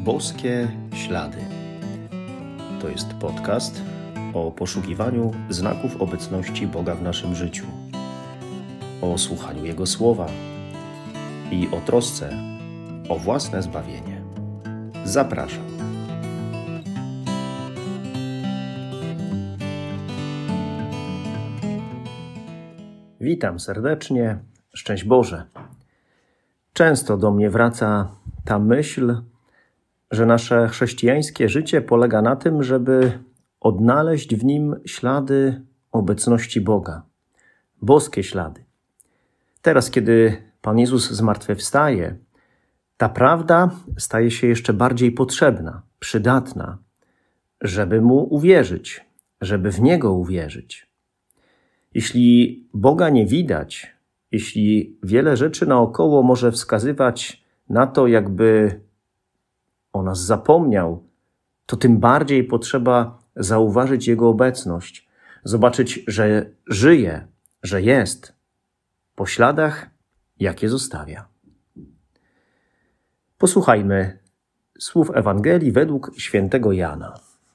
Boskie Ślady. To jest podcast o poszukiwaniu znaków obecności Boga w naszym życiu, o słuchaniu Jego słowa i o trosce o własne zbawienie. Zapraszam. Witam serdecznie, szczęść Boże. Często do mnie wraca ta myśl, że nasze chrześcijańskie życie polega na tym, żeby odnaleźć w nim ślady obecności Boga, boskie ślady. Teraz, kiedy Pan Jezus zmartwychwstaje, ta prawda staje się jeszcze bardziej potrzebna, przydatna, żeby Mu uwierzyć, żeby w Niego uwierzyć. Jeśli Boga nie widać, jeśli wiele rzeczy naokoło może wskazywać na to, jakby o nas zapomniał, to tym bardziej potrzeba zauważyć Jego obecność, zobaczyć, że żyje, że jest, po śladach, jakie zostawia. Posłuchajmy słów Ewangelii według świętego Jana.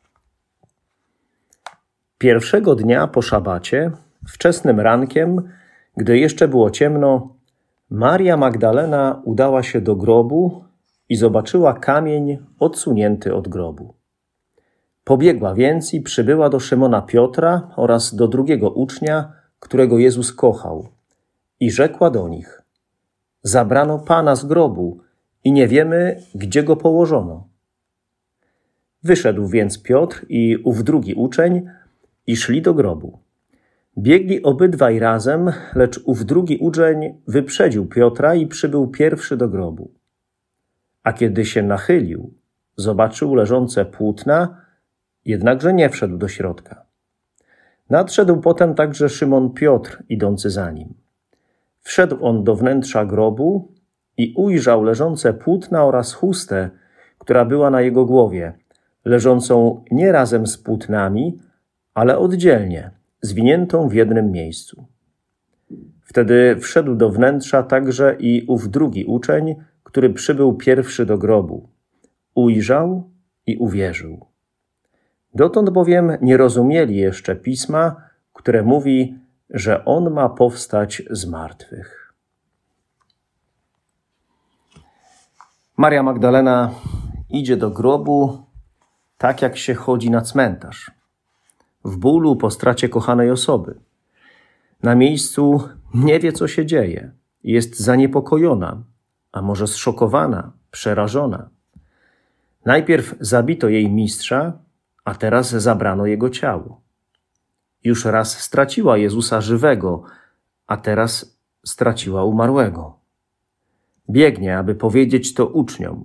Pierwszego dnia po szabacie, wczesnym rankiem, gdy jeszcze było ciemno, Maria Magdalena udała się do grobu i zobaczyła kamień odsunięty od grobu. Pobiegła więc i przybyła do Szymona Piotra oraz do drugiego ucznia, którego Jezus kochał, i rzekła do nich: zabrano Pana z grobu i nie wiemy, gdzie go położono. Wyszedł więc Piotr i ów drugi uczeń i szli do grobu. Biegli obydwaj razem, lecz ów drugi uczeń wyprzedził Piotra i przybył pierwszy do grobu. A kiedy się nachylił, zobaczył leżące płótna, jednakże nie wszedł do środka. Nadszedł potem także Szymon Piotr, idący za nim. Wszedł on do wnętrza grobu i ujrzał leżące płótna oraz chustę, która była na jego głowie, leżącą nie razem z płótnami, ale oddzielnie, zwiniętą w jednym miejscu. Wtedy wszedł do wnętrza także i ów drugi uczeń, który przybył pierwszy do grobu. Ujrzał i uwierzył. Dotąd bowiem nie rozumieli jeszcze Pisma, które mówi, że On ma powstać z martwych. Maria Magdalena idzie do grobu tak, jak się chodzi na cmentarz. W bólu po stracie kochanej osoby. Na miejscu nie wie, co się dzieje. Jest zaniepokojona, a może zszokowana, przerażona. Najpierw zabito jej mistrza, a teraz zabrano jego ciało. Już raz straciła Jezusa żywego, a teraz straciła umarłego. Biegnie, aby powiedzieć to uczniom.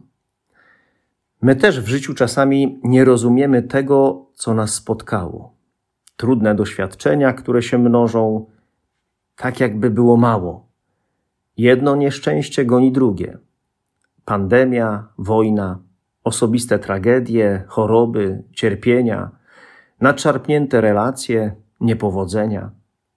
My też w życiu czasami nie rozumiemy tego, co nas spotkało. Trudne doświadczenia, które się mnożą, tak jakby było mało. Jedno nieszczęście goni drugie. Pandemia, wojna, osobiste tragedie, choroby, cierpienia, nadszarpnięte relacje, niepowodzenia.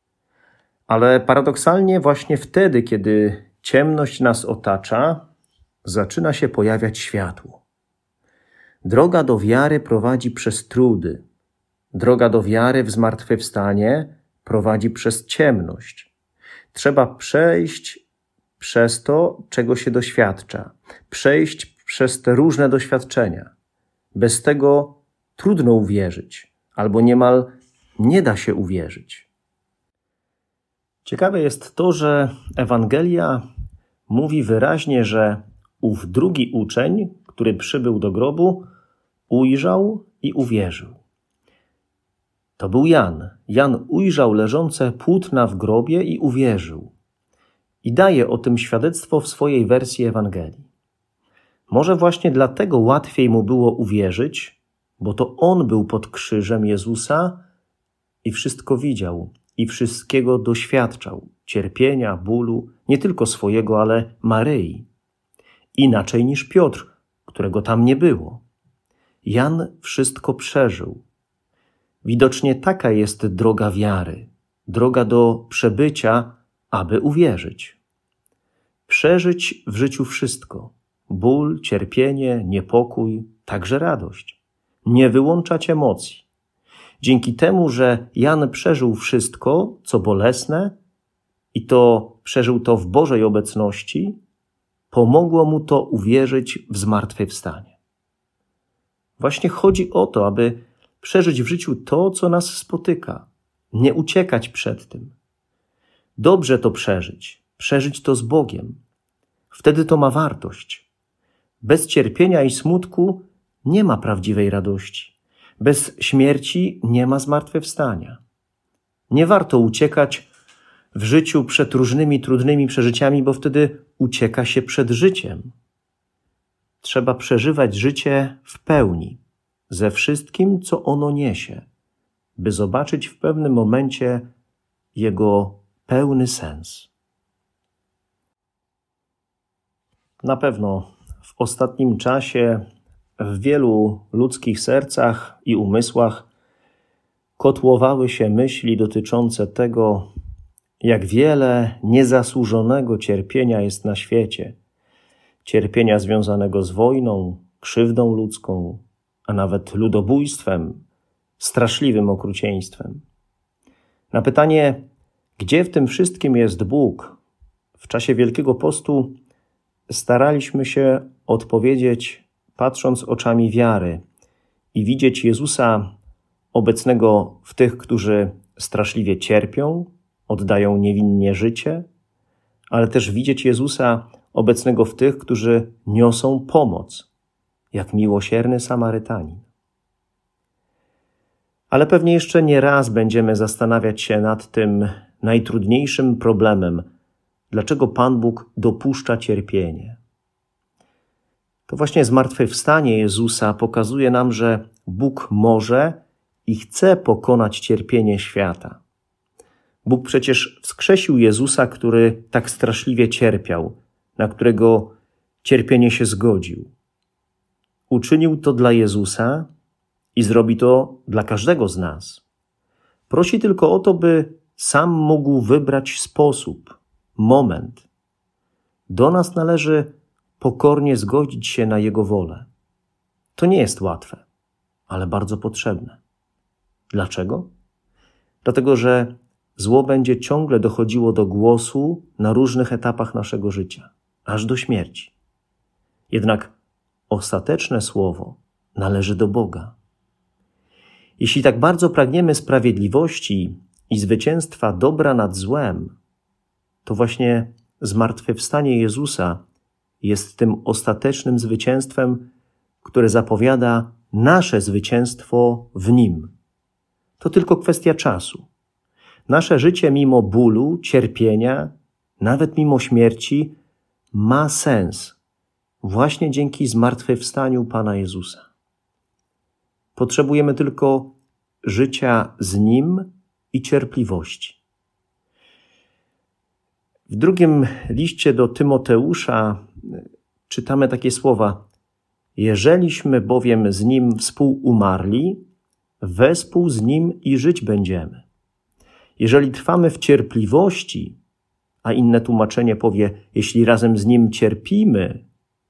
Ale paradoksalnie właśnie wtedy, kiedy ciemność nas otacza, zaczyna się pojawiać światło. Droga do wiary prowadzi przez trudy. Droga do wiary w zmartwychwstanie prowadzi przez ciemność. Trzeba przejść przez to, czego się doświadcza. Przejść przez te różne doświadczenia. Bez tego trudno uwierzyć, albo niemal nie da się uwierzyć. Ciekawe jest to, że Ewangelia mówi wyraźnie, że ów drugi uczeń, który przybył do grobu, ujrzał i uwierzył. To był Jan. Jan ujrzał leżące płótna w grobie i uwierzył. I daje o tym świadectwo w swojej wersji Ewangelii. Może właśnie dlatego łatwiej mu było uwierzyć, bo to on był pod krzyżem Jezusa i wszystko widział i wszystkiego doświadczał. Cierpienia, bólu, nie tylko swojego, ale Maryi. Inaczej niż Piotr, którego tam nie było. Jan wszystko przeżył. Widocznie taka jest droga wiary, droga do przebycia, aby uwierzyć. Przeżyć w życiu wszystko, ból, cierpienie, niepokój, także radość. Nie wyłączać emocji. Dzięki temu, że Jan przeżył wszystko, co bolesne, i to przeżył to w Bożej obecności, pomogło mu to uwierzyć w zmartwychwstanie. Właśnie chodzi o to, aby przeżyć w życiu to, co nas spotyka, nie uciekać przed tym. Dobrze to przeżyć to z Bogiem. Wtedy to ma wartość. Bez cierpienia i smutku nie ma prawdziwej radości. Bez śmierci nie ma zmartwychwstania. Nie warto uciekać w życiu przed różnymi trudnymi przeżyciami, bo wtedy ucieka się przed życiem. Trzeba przeżywać życie w pełni, ze wszystkim, co ono niesie, by zobaczyć w pewnym momencie jego pełny sens. Na pewno w ostatnim czasie w wielu ludzkich sercach i umysłach kotłowały się myśli dotyczące tego, jak wiele niezasłużonego cierpienia jest na świecie. Cierpienia związanego z wojną, krzywdą ludzką, a nawet ludobójstwem, straszliwym okrucieństwem. Na pytanie, gdzie w tym wszystkim jest Bóg, w czasie Wielkiego Postu staraliśmy się odpowiedzieć, patrząc oczami wiary i widzieć Jezusa obecnego w tych, którzy straszliwie cierpią, oddają niewinnie życie, ale też widzieć Jezusa obecnego w tych, którzy niosą pomoc, jak miłosierny Samarytanin. Ale pewnie jeszcze nie raz będziemy zastanawiać się nad tym najtrudniejszym problemem, dlaczego Pan Bóg dopuszcza cierpienie. To właśnie zmartwychwstanie Jezusa pokazuje nam, że Bóg może i chce pokonać cierpienie świata. Bóg przecież wskrzesił Jezusa, który tak straszliwie cierpiał, na którego cierpienie się zgodził. Uczynił to dla Jezusa i zrobi to dla każdego z nas. Prosi tylko o to, by sam mógł wybrać sposób, moment. Do nas należy pokornie zgodzić się na Jego wolę. To nie jest łatwe, ale bardzo potrzebne. Dlaczego? Dlatego, że zło będzie ciągle dochodziło do głosu na różnych etapach naszego życia, aż do śmierci. Jednak ostateczne słowo należy do Boga. Jeśli tak bardzo pragniemy sprawiedliwości i zwycięstwa dobra nad złem, to właśnie zmartwychwstanie Jezusa jest tym ostatecznym zwycięstwem, które zapowiada nasze zwycięstwo w Nim. To tylko kwestia czasu. Nasze życie mimo bólu, cierpienia, nawet mimo śmierci, ma sens właśnie dzięki zmartwychwstaniu Pana Jezusa. Potrzebujemy tylko życia z Nim i cierpliwości. W drugim liście do Tymoteusza czytamy takie słowa: Jeżeliśmy bowiem z Nim współumarli, wespół z Nim i żyć będziemy. Jeżeli trwamy w cierpliwości, a inne tłumaczenie powie, jeśli razem z Nim cierpimy,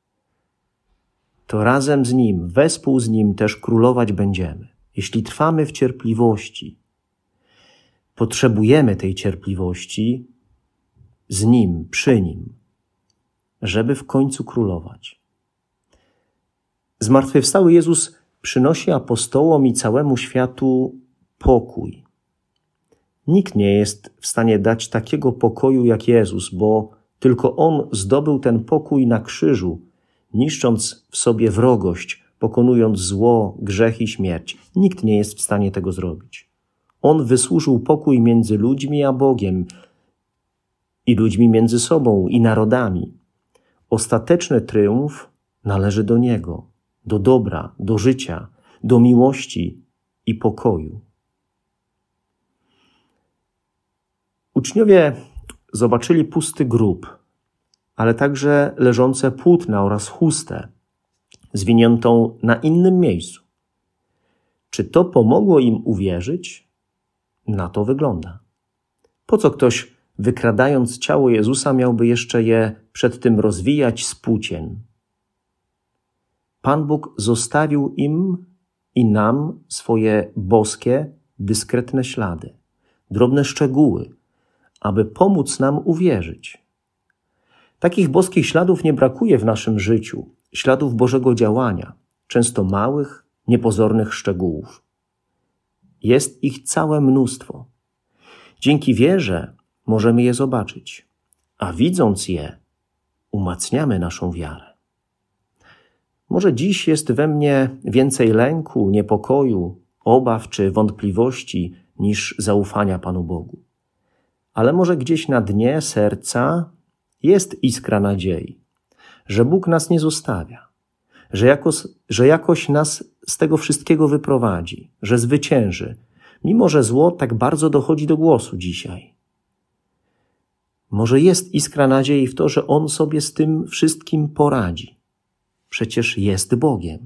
to razem z Nim, wespół z Nim też królować będziemy. Jeśli trwamy w cierpliwości, potrzebujemy tej cierpliwości z Nim, przy Nim, żeby w końcu królować. Zmartwychwstały Jezus przynosi apostołom i całemu światu pokój. Nikt nie jest w stanie dać takiego pokoju jak Jezus, bo tylko On zdobył ten pokój na krzyżu, niszcząc w sobie wrogość, pokonując zło, grzech i śmierć. Nikt nie jest w stanie tego zrobić. On wysłużył pokój między ludźmi a Bogiem i ludźmi między sobą i narodami. Ostateczny triumf należy do Niego, do dobra, do życia, do miłości i pokoju. Uczniowie zobaczyli pusty grób, ale także leżące płótna oraz chustę, zwiniętą na innym miejscu. Czy to pomogło im uwierzyć? Na to wygląda. Po co ktoś, wykradając ciało Jezusa, miałby jeszcze je przed tym rozwijać z płócien? Pan Bóg zostawił im i nam swoje boskie, dyskretne ślady, drobne szczegóły, aby pomóc nam uwierzyć. Takich boskich śladów nie brakuje w naszym życiu, śladów Bożego działania, często małych, niepozornych szczegółów. Jest ich całe mnóstwo. Dzięki wierze możemy je zobaczyć, a widząc je, umacniamy naszą wiarę. Może dziś jest we mnie więcej lęku, niepokoju, obaw czy wątpliwości niż zaufania Panu Bogu. Ale może gdzieś na dnie serca jest iskra nadziei, że Bóg nas nie zostawia, że jakoś nas z tego wszystkiego wyprowadzi, że zwycięży, mimo że zło tak bardzo dochodzi do głosu dzisiaj. Może jest iskra nadziei w to, że On sobie z tym wszystkim poradzi. Przecież jest Bogiem.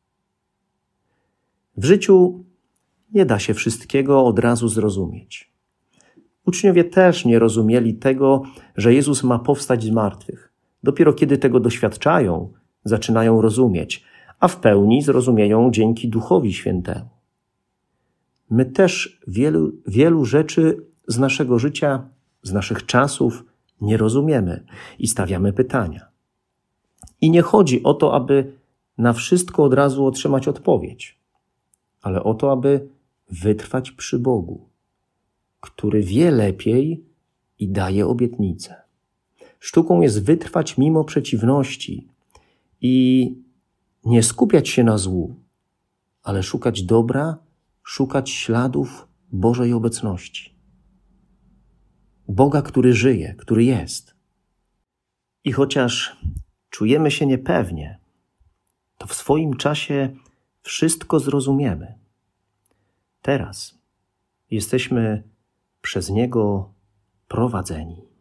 W życiu nie da się wszystkiego od razu zrozumieć. Uczniowie też nie rozumieli tego, że Jezus ma powstać z martwych. Dopiero kiedy tego doświadczają, zaczynają rozumieć, a w pełni zrozumieją dzięki Duchowi Świętemu. My też wielu rzeczy z naszego życia, z naszych czasów nie rozumiemy i stawiamy pytania. I nie chodzi o to, aby na wszystko od razu otrzymać odpowiedź, ale o to, aby wytrwać przy Bogu, który wie lepiej i daje obietnicę. Sztuką jest wytrwać mimo przeciwności i nie skupiać się na złu, ale szukać dobra, szukać śladów Bożej obecności. Boga, który żyje, który jest. I chociaż czujemy się niepewnie, to w swoim czasie wszystko zrozumiemy. Teraz jesteśmy przez Niego prowadzeni.